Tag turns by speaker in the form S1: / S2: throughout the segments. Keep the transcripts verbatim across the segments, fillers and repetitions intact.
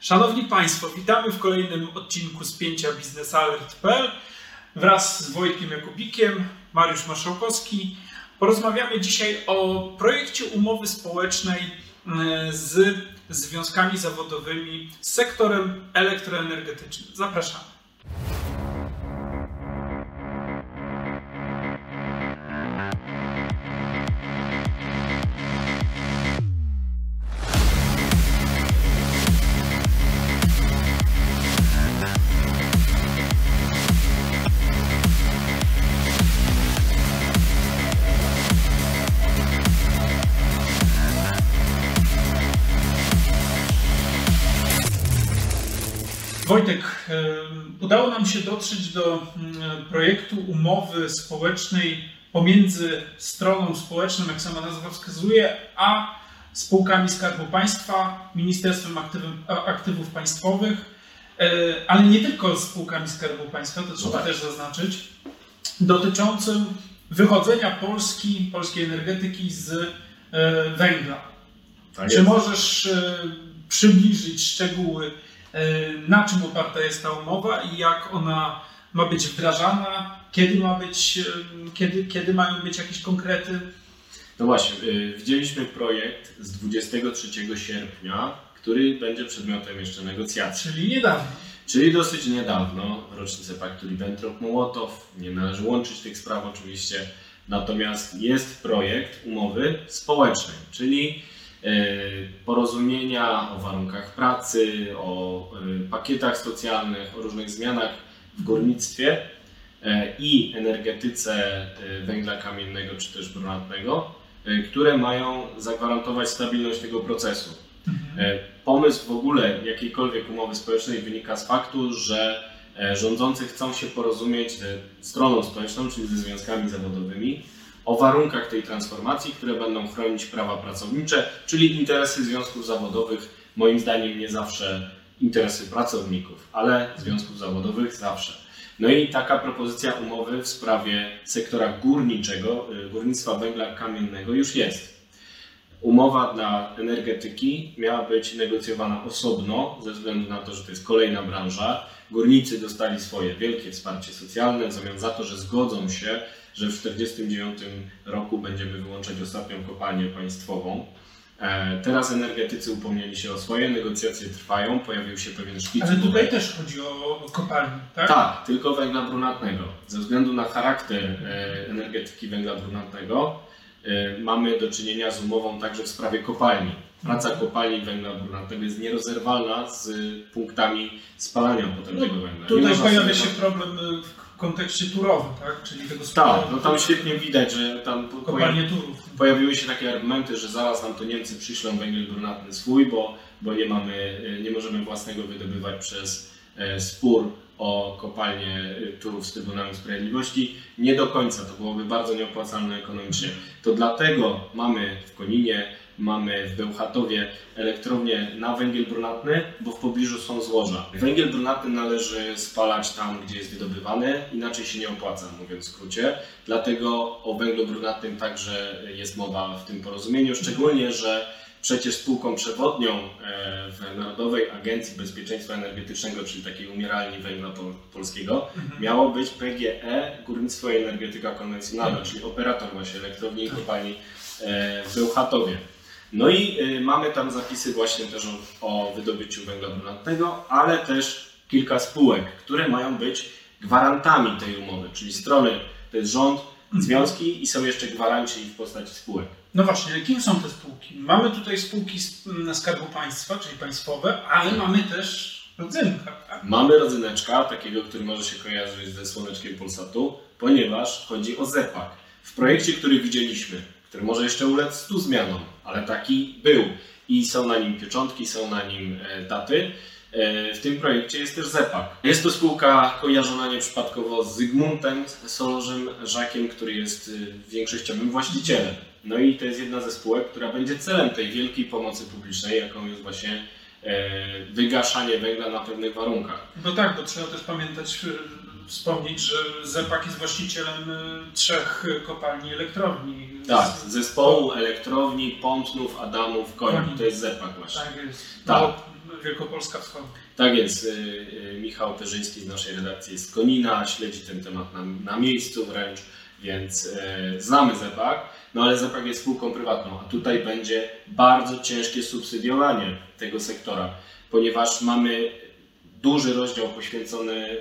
S1: Szanowni Państwo, witamy w kolejnym odcinku Spięcia Biznes Alert kropka pe el. Wraz z Wojtkiem Jakubikiem, Mariusz Marszałkowski porozmawiamy dzisiaj o projekcie umowy społecznej z związkami zawodowymi z sektorem elektroenergetycznym. Zapraszamy. Wojtek, udało nam się dotrzeć do projektu umowy społecznej pomiędzy stroną społeczną, jak sama nazwa wskazuje, a spółkami Skarbu Państwa, Ministerstwem Aktywów Państwowych, ale nie tylko spółkami Skarbu Państwa, to trzeba też zaznaczyć, dotyczącym wychodzenia Polski, polskiej energetyki z węgla. Tak Czy jest. możesz przybliżyć szczegóły, na czym oparta jest ta umowa i jak ona ma być wdrażana, kiedy ma być, kiedy, kiedy mają być jakieś konkrety?
S2: No właśnie, widzieliśmy projekt z dwudziestego trzeciego sierpnia, który będzie przedmiotem jeszcze negocjacji.
S1: Czyli niedawno.
S2: Czyli dosyć niedawno, rocznicę paktu Ribbentrop-Mołotow, nie należy łączyć tych spraw oczywiście, natomiast jest projekt umowy społecznej, czyli porozumienia o warunkach pracy, o pakietach socjalnych, o różnych zmianach w górnictwie i energetyce węgla kamiennego czy też brunatnego, które mają zagwarantować stabilność tego procesu. Mhm. Pomysł w ogóle jakiejkolwiek umowy społecznej wynika z faktu, że rządzący chcą się porozumieć ze stroną społeczną, czyli ze związkami zawodowymi, o warunkach tej transformacji, które będą chronić prawa pracownicze, czyli interesy związków zawodowych, moim zdaniem nie zawsze interesy pracowników, ale związków zawodowych zawsze. No i taka propozycja umowy w sprawie sektora górniczego, górnictwa węgla kamiennego już jest. Umowa dla energetyki miała być negocjowana osobno, ze względu na to, że to jest kolejna branża. Górnicy dostali swoje wielkie wsparcie socjalne w zamian za to, że zgodzą się, że w tysiąc dziewięćset czterdziestym dziewiątym roku będziemy wyłączać ostatnią kopalnię państwową. Teraz energetycy upomnieli się o swoje, negocjacje trwają, pojawił się pewien szkic.
S1: Ale tutaj też chodzi o kopalnię, tak?
S2: Tak, tylko węgla brunatnego. Ze względu na charakter energetyki węgla brunatnego mamy do czynienia z umową także w sprawie kopalni. Praca kopalni węgla brunatnego jest nierozerwalna z punktami spalania potem tego węgla.
S1: Tutaj pojawia się problem w kontekście turowym, tak? Czyli tego
S2: Tak, no tam świetnie widać, że tam
S1: kopalnie Turów.
S2: Pojawiły się takie argumenty, że zaraz nam to Niemcy przyślą węgiel brunatny swój, bo, bo nie mamy, nie możemy własnego wydobywać przez spór o kopalnię Turów z Trybunałem Sprawiedliwości. Nie do końca, to byłoby bardzo nieopłacalne ekonomicznie. To dlatego mamy w Koninie, mamy w Bełchatowie elektrownię na węgiel brunatny, bo w pobliżu są złoża. Węgiel brunatny należy spalać tam, gdzie jest wydobywany, inaczej się nie opłaca, mówiąc w skrócie. Dlatego o węglu brunatnym także jest mowa w tym porozumieniu, szczególnie, że przecież spółką przewodnią w Narodowej Agencji Bezpieczeństwa Energetycznego, czyli takiej umieralni węgla polskiego, mhm. miało być P G E Górnictwo i Energetyka Konwencjonalna, mhm. czyli operator właśnie elektrowni i kopalni w Bełchatowie. No i y, mamy tam zapisy właśnie też o, o wydobyciu węgla brunatnego, ale też kilka spółek, które mają być gwarantami tej umowy, czyli strony to jest rząd, związki i są jeszcze gwaranci w postaci spółek.
S1: No właśnie, kim są te spółki? Mamy tutaj spółki Skarbu Państwa, czyli państwowe, ale mamy też rodzynka. Tak?
S2: Mamy rodzyneczka, takiego, który może się kojarzyć ze słoneczkiem Polsatu, ponieważ chodzi o ZEPAK. W projekcie, który widzieliśmy, który może jeszcze ulec stu zmianom, ale taki był i są na nim pieczątki, są na nim daty. W tym projekcie jest też ZEPAK. Jest to spółka kojarzona nieprzypadkowo z Zygmuntem Solorzym Żakiem, który jest większościowym właścicielem. No i to jest jedna ze spółek, która będzie celem tej wielkiej pomocy publicznej, jaką jest właśnie wygaszanie węgla na pewnych warunkach.
S1: No tak, bo trzeba też pamiętać, wspomnieć, że ZEPAK jest właścicielem trzech kopalni elektrowni.
S2: Tak, zespołu elektrowni, Pątnów, Adamów, Koni. To jest ZEPAK właśnie.
S1: Tak jest.
S2: Tak.
S1: No, Wielkopolska Wschodnia.
S2: Tak jest. Michał Perzyński z naszej redakcji jest z Konina, śledzi ten temat na, na miejscu wręcz, więc e, znamy ZEPAK, no ale ZEPAK jest spółką prywatną, a tutaj będzie bardzo ciężkie subsydiowanie tego sektora, ponieważ mamy duży rozdział poświęcony e,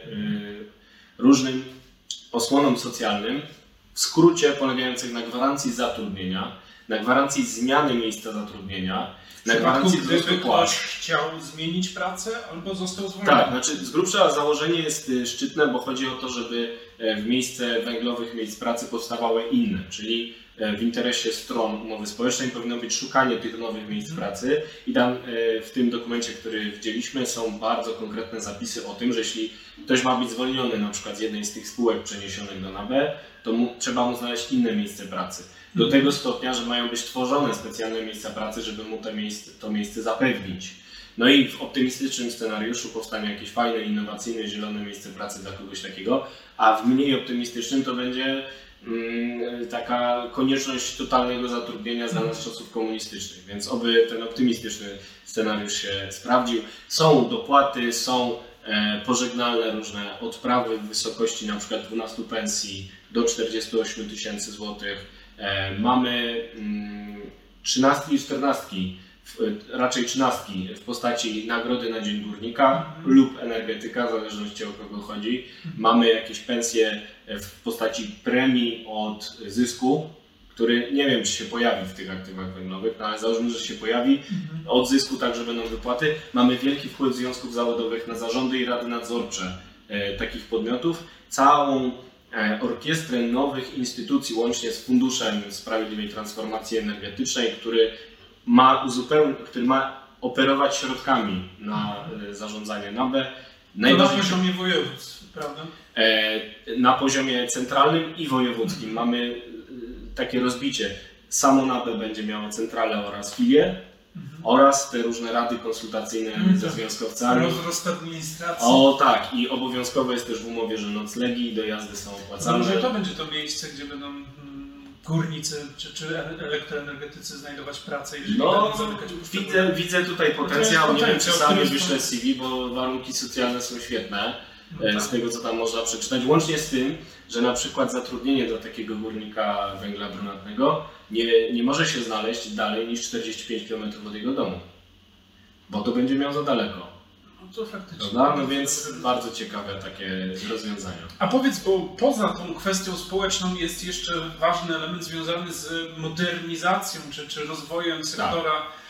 S2: różnym osłonom socjalnym, w skrócie polegających na gwarancji zatrudnienia, na gwarancji zmiany miejsca zatrudnienia, na gwarancji
S1: wzrostu płac. Ktoś chciał zmienić pracę albo został zwolniony.
S2: Tak, znaczy z grubsza założenie jest szczytne, bo chodzi o to, żeby w miejsce węglowych miejsc pracy powstawały inne, czyli w interesie stron umowy społecznej powinno być szukanie tych nowych miejsc hmm. pracy i tam w tym dokumencie, który widzieliśmy, są bardzo konkretne zapisy o tym, że jeśli ktoś ma być zwolniony na przykład z jednej z tych spółek przeniesionych do N A B E, to mu, trzeba mu znaleźć inne miejsce pracy. Do tego stopnia, że mają być tworzone specjalne miejsca pracy, żeby mu te miejsce, to miejsce zapewnić. No i w optymistycznym scenariuszu powstanie jakieś fajne, innowacyjne, zielone miejsce pracy dla kogoś takiego, a w mniej optymistycznym to będzie mm, taka konieczność totalnego zatrudnienia za nas czasów komunistycznych. Więc oby ten optymistyczny scenariusz się sprawdził. Są dopłaty, są e, pożegnalne różne odprawy w wysokości na przykład dwunastu pensji do czterdziestu ośmiu tysięcy złotych. Mamy trzynastki i czternastki, raczej trzynastki w postaci nagrody na Dzień Górnika mm. lub energetyka, w zależności o kogo chodzi. Mm. Mamy jakieś pensje w postaci premii od zysku, który nie wiem, czy się pojawi w tych aktywach węglowych, no ale załóżmy, że się pojawi. Mm. Od zysku także będą wypłaty. Mamy wielki wpływ związków zawodowych na zarządy i rady nadzorcze e, takich podmiotów. Całą orkiestrę nowych instytucji, łącznie z Funduszem Sprawiedliwej Transformacji Energetycznej, który ma uzupełnić, który ma operować środkami na zarządzanie N A B E.
S1: To na poziomie województw, prawda?
S2: Na poziomie centralnym i wojewódzkim mamy takie rozbicie. Samo N A B E będzie miało centralę oraz filię. Mhm. Oraz te różne rady konsultacyjne mhm. ze związkowcami.
S1: Rozrost administracji.
S2: O tak, i obowiązkowe jest też w umowie, że noclegi i dojazdy są opłacane.
S1: Może to będzie to miejsce, gdzie będą górnicy czy, czy elektroenergetycy znajdować pracę, jeżeli
S2: no,
S1: będą zamykać
S2: widzę, widzę tutaj potencjał, nie wiem czy sami wyślę C V, bo warunki socjalne są świetne. No tak. Z tego co tam można przeczytać, łącznie z tym, że na przykład zatrudnienie dla takiego górnika węgla brunatnego nie, nie może się znaleźć dalej niż czterdzieści pięć kilometrów od jego domu, bo to będzie miał za daleko.
S1: No to faktycznie.
S2: No, no więc bardzo ciekawe takie rozwiązania.
S1: A powiedz, bo poza tą kwestią społeczną jest jeszcze ważny element związany z modernizacją czy, czy rozwojem sektora. Tak.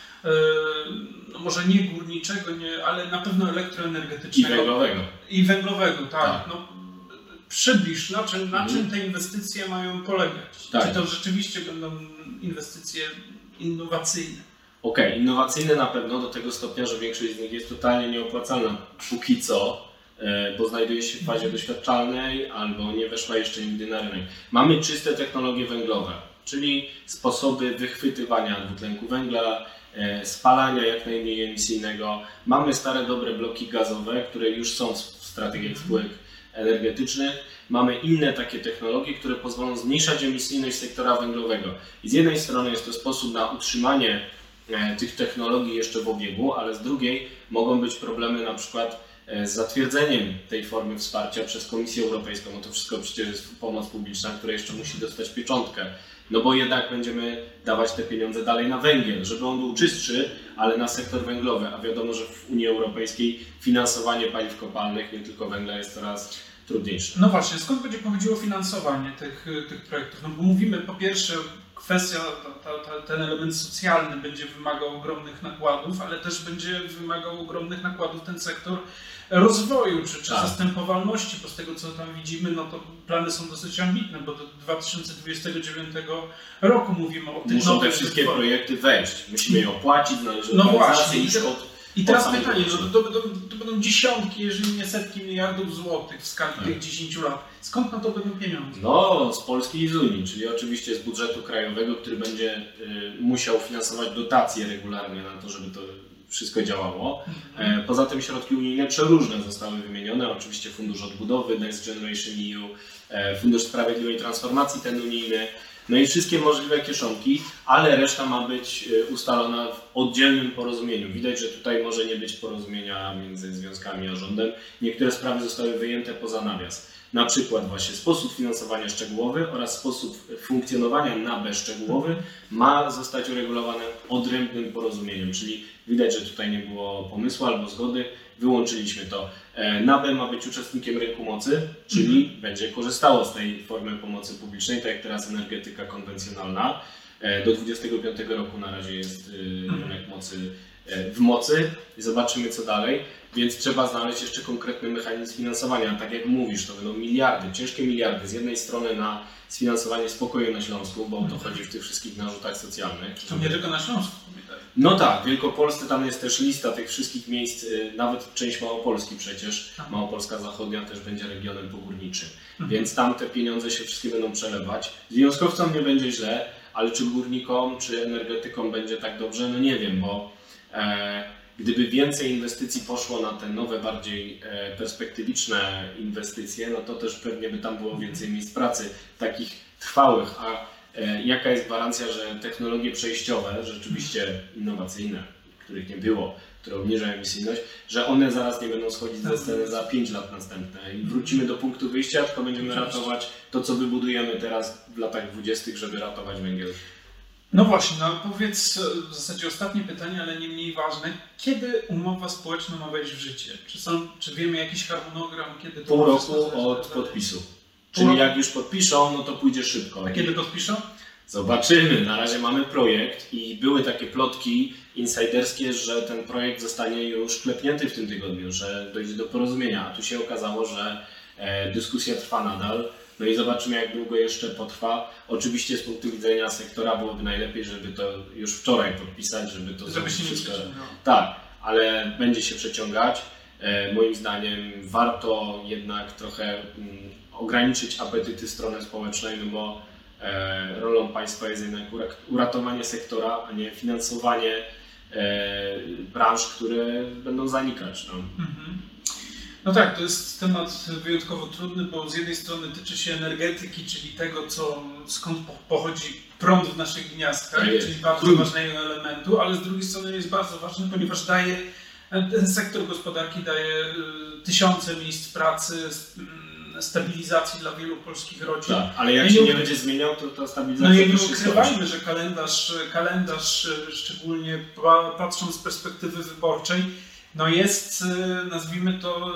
S1: No może nie górniczego, nie, ale na pewno elektroenergetycznego.
S2: I węglowego.
S1: I węglowego, tak. tak. No, przybliż, na czym, na czym te inwestycje mają polegać? Tak. Czy to rzeczywiście będą inwestycje innowacyjne?
S2: Okej, okay. Innowacyjne na pewno do tego stopnia, że większość z nich jest totalnie nieopłacalna póki co, bo znajduje się w fazie doświadczalnej albo nie weszła jeszcze nigdy na rynek. Mamy czyste technologie węglowe, czyli sposoby wychwytywania dwutlenku węgla, spalania jak najmniej emisyjnego. Mamy stare, dobre bloki gazowe, które już są w strategiach spółek energetycznych. Mamy inne takie technologie, które pozwolą zmniejszać emisyjność sektora węglowego. I z jednej strony jest to sposób na utrzymanie tych technologii jeszcze w obiegu, ale z drugiej mogą być problemy na przykład z zatwierdzeniem tej formy wsparcia przez Komisję Europejską. No to wszystko przecież jest pomoc publiczna, która jeszcze musi dostać pieczątkę. No bo jednak będziemy dawać te pieniądze dalej na węgiel, żeby on był czystszy, ale na sektor węglowy. A wiadomo, że w Unii Europejskiej finansowanie paliw kopalnych, nie tylko węgla, jest coraz trudniejsze.
S1: No właśnie, skąd będzie pochodziło finansowanie tych, tych projektów? No bo mówimy, po pierwsze, kwestia, ta, ta, ten element socjalny będzie wymagał ogromnych nakładów, ale też będzie wymagał ogromnych nakładów ten sektor rozwoju czy, czy tak. zastępowalności, bo z tego co tam widzimy, no to plany są dosyć ambitne, bo do dwa tysiące dwudziestego dziewiątego roku mówimy o tych
S2: Muszą nowych te wszystkie wytworach. projekty wejść, musimy je opłacić, należy
S1: no właśnie. I, te, i teraz pytanie, no to, to, to, to będą dziesiątki, jeżeli nie setki miliardów złotych w skali tak. tych dziesięciu lat. Skąd na to będą pieniądze?
S2: No, z Polski i z Unii, czyli oczywiście z budżetu krajowego, który będzie y, musiał finansować dotacje regularnie na to, żeby to wszystko działało. Mhm. Poza tym środki unijne przeróżne zostały wymienione. Oczywiście Fundusz Odbudowy, Next Generation E U, Fundusz Sprawiedliwej Transformacji ten unijny. No i wszystkie możliwe kieszonki, ale reszta ma być ustalona w oddzielnym porozumieniu. Widać, że tutaj może nie być porozumienia między związkami a rządem. Niektóre sprawy zostały wyjęte poza nawias. Na przykład właśnie sposób finansowania szczegółowy oraz sposób funkcjonowania na B szczegółowy ma zostać uregulowany odrębnym porozumieniem, czyli widać, że tutaj nie było pomysłu albo zgody, wyłączyliśmy to. Na B ma być uczestnikiem rynku mocy, czyli mhm. będzie korzystało z tej formy pomocy publicznej, tak jak teraz energetyka konwencjonalna. Do dwudziestego piątego roku na razie jest rynek mocy w mocy i zobaczymy co dalej, więc trzeba znaleźć jeszcze konkretny mechanizm finansowania. Tak jak mówisz, to będą miliardy, ciężkie miliardy z jednej strony na sfinansowanie spokoju na Śląsku, bo o to chodzi w tych wszystkich narzutach socjalnych.
S1: To nie tylko na Śląsku.
S2: No tak, w Wielkopolsce tam jest też lista tych wszystkich miejsc, nawet część Małopolski przecież, Małopolska Zachodnia też będzie regionem pogórniczym, mhm. więc tam te pieniądze się wszystkie będą przelewać. Związkowcom nie będzie źle, ale czy górnikom, czy energetykom będzie tak dobrze, no nie wiem, bo e, gdyby więcej inwestycji poszło na te nowe, bardziej e, perspektywiczne inwestycje, no to też pewnie by tam było więcej miejsc pracy, takich trwałych, a jaka jest gwarancja, że technologie przejściowe, rzeczywiście innowacyjne, których nie było, które obniżają emisyjność, że one zaraz nie będą schodzić ze sceny za pięć lat następne i wrócimy do punktu wyjścia, tylko będziemy ratować to, co wybudujemy teraz w latach dwudziestych, żeby ratować węgiel.
S1: No właśnie, no powiedz w zasadzie ostatnie pytanie, ale nie mniej ważne. Kiedy umowa społeczna ma wejść w życie? Czy, są, czy wiemy jakiś harmonogram, kiedy to
S2: Pół roku od podpisu. Czyli jak już podpiszą, no to pójdzie szybko.
S1: A kiedy podpiszą?
S2: Zobaczymy. Na razie mamy projekt i były takie plotki insiderskie, że ten projekt zostanie już klepnięty w tym tygodniu, że dojdzie do porozumienia. A tu się okazało, że e, dyskusja trwa nadal. No i zobaczymy, jak długo jeszcze potrwa. Oczywiście z punktu widzenia sektora byłoby najlepiej, żeby to już wczoraj podpisać, żeby to
S1: żeby się
S2: wszystko...
S1: nie przeciągało.
S2: Tak, ale będzie się przeciągać. E, moim zdaniem warto jednak trochę mm, ograniczyć apetyty strony społecznej, no bo e, rolą państwa jest jednak uratowanie sektora, a nie finansowanie e, branż, które będą zanikać. No.
S1: Mhm. No tak, to jest temat wyjątkowo trudny, bo z jednej strony tyczy się energetyki, czyli tego, co, skąd pochodzi prąd w naszych gniazdkach,
S2: tak
S1: czyli bardzo hmm. ważnego elementu, ale z drugiej strony jest bardzo ważny, ponieważ daje, ten sektor gospodarki daje tysiące miejsc pracy, stabilizacji dla wielu polskich rodzin.
S2: Tak, ale jak się nie będzie zmieniał, to ta stabilizacja
S1: no i nie ukrywajmy, że kalendarz, kalendarz, szczególnie patrząc z perspektywy wyborczej, no jest, nazwijmy to,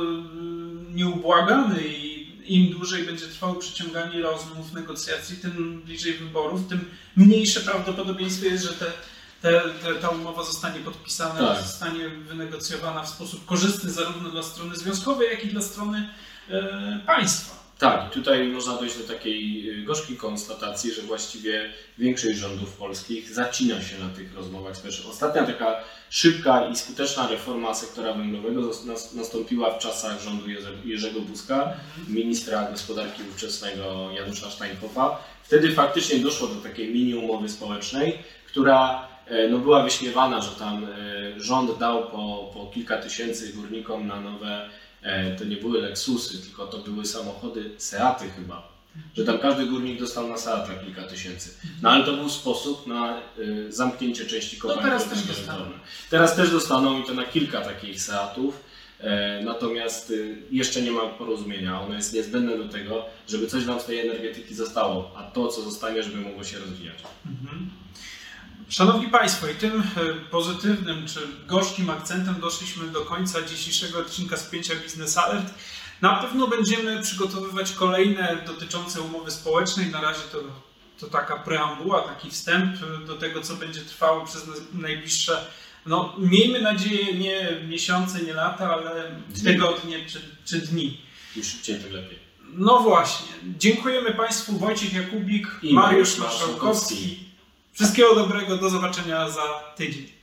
S1: nieubłagany i im dłużej będzie trwało przeciąganie rozmów, negocjacji, tym bliżej wyborów, tym mniejsze prawdopodobieństwo jest, że te, te, te, ta umowa zostanie podpisana, tak. zostanie wynegocjowana w sposób korzystny zarówno dla strony związkowej, jak i dla strony e, państwa.
S2: Tak, i tutaj można dojść do takiej gorzkiej konstatacji, że właściwie większość rządów polskich zacina się na tych rozmowach społecznych. Ostatnia taka szybka i skuteczna reforma sektora węglowego nastąpiła w czasach rządu Jerzego Buzka, ministra gospodarki ówczesnego Janusza Steinhoffa. Wtedy faktycznie doszło do takiej mini umowy społecznej, która no, była wyśmiewana, że tam rząd dał po, po kilka tysięcy górnikom na nowe. To nie były Lexusy, tylko to były samochody Seaty chyba, że tam każdy górnik dostał na Seata kilka tysięcy. No ale to był sposób na y, zamknięcie części kopalń.
S1: No teraz też dostaną.
S2: Teraz też dostaną i to na kilka takich Seatów, e, natomiast y, jeszcze nie ma porozumienia. Ono jest niezbędne do tego, żeby coś nam z tej energetyki zostało, a to co zostanie, żeby mogło się rozwijać. Mhm.
S1: Szanowni Państwo, i tym pozytywnym czy gorzkim akcentem doszliśmy do końca dzisiejszego odcinka Spięcia Biznes Alert. Na pewno będziemy przygotowywać kolejne dotyczące umowy społecznej. Na razie to, to taka preambuła, taki wstęp do tego, co będzie trwało przez najbliższe, no miejmy nadzieję, nie miesiące, nie lata, ale tygodnie czy, czy dni.
S2: Im szybciej, tym lepiej.
S1: No właśnie. Dziękujemy Państwu. Wojciech Jakubik,
S2: i
S1: Mariusz Marszałkowski. Wszystkiego dobrego, do zobaczenia za tydzień.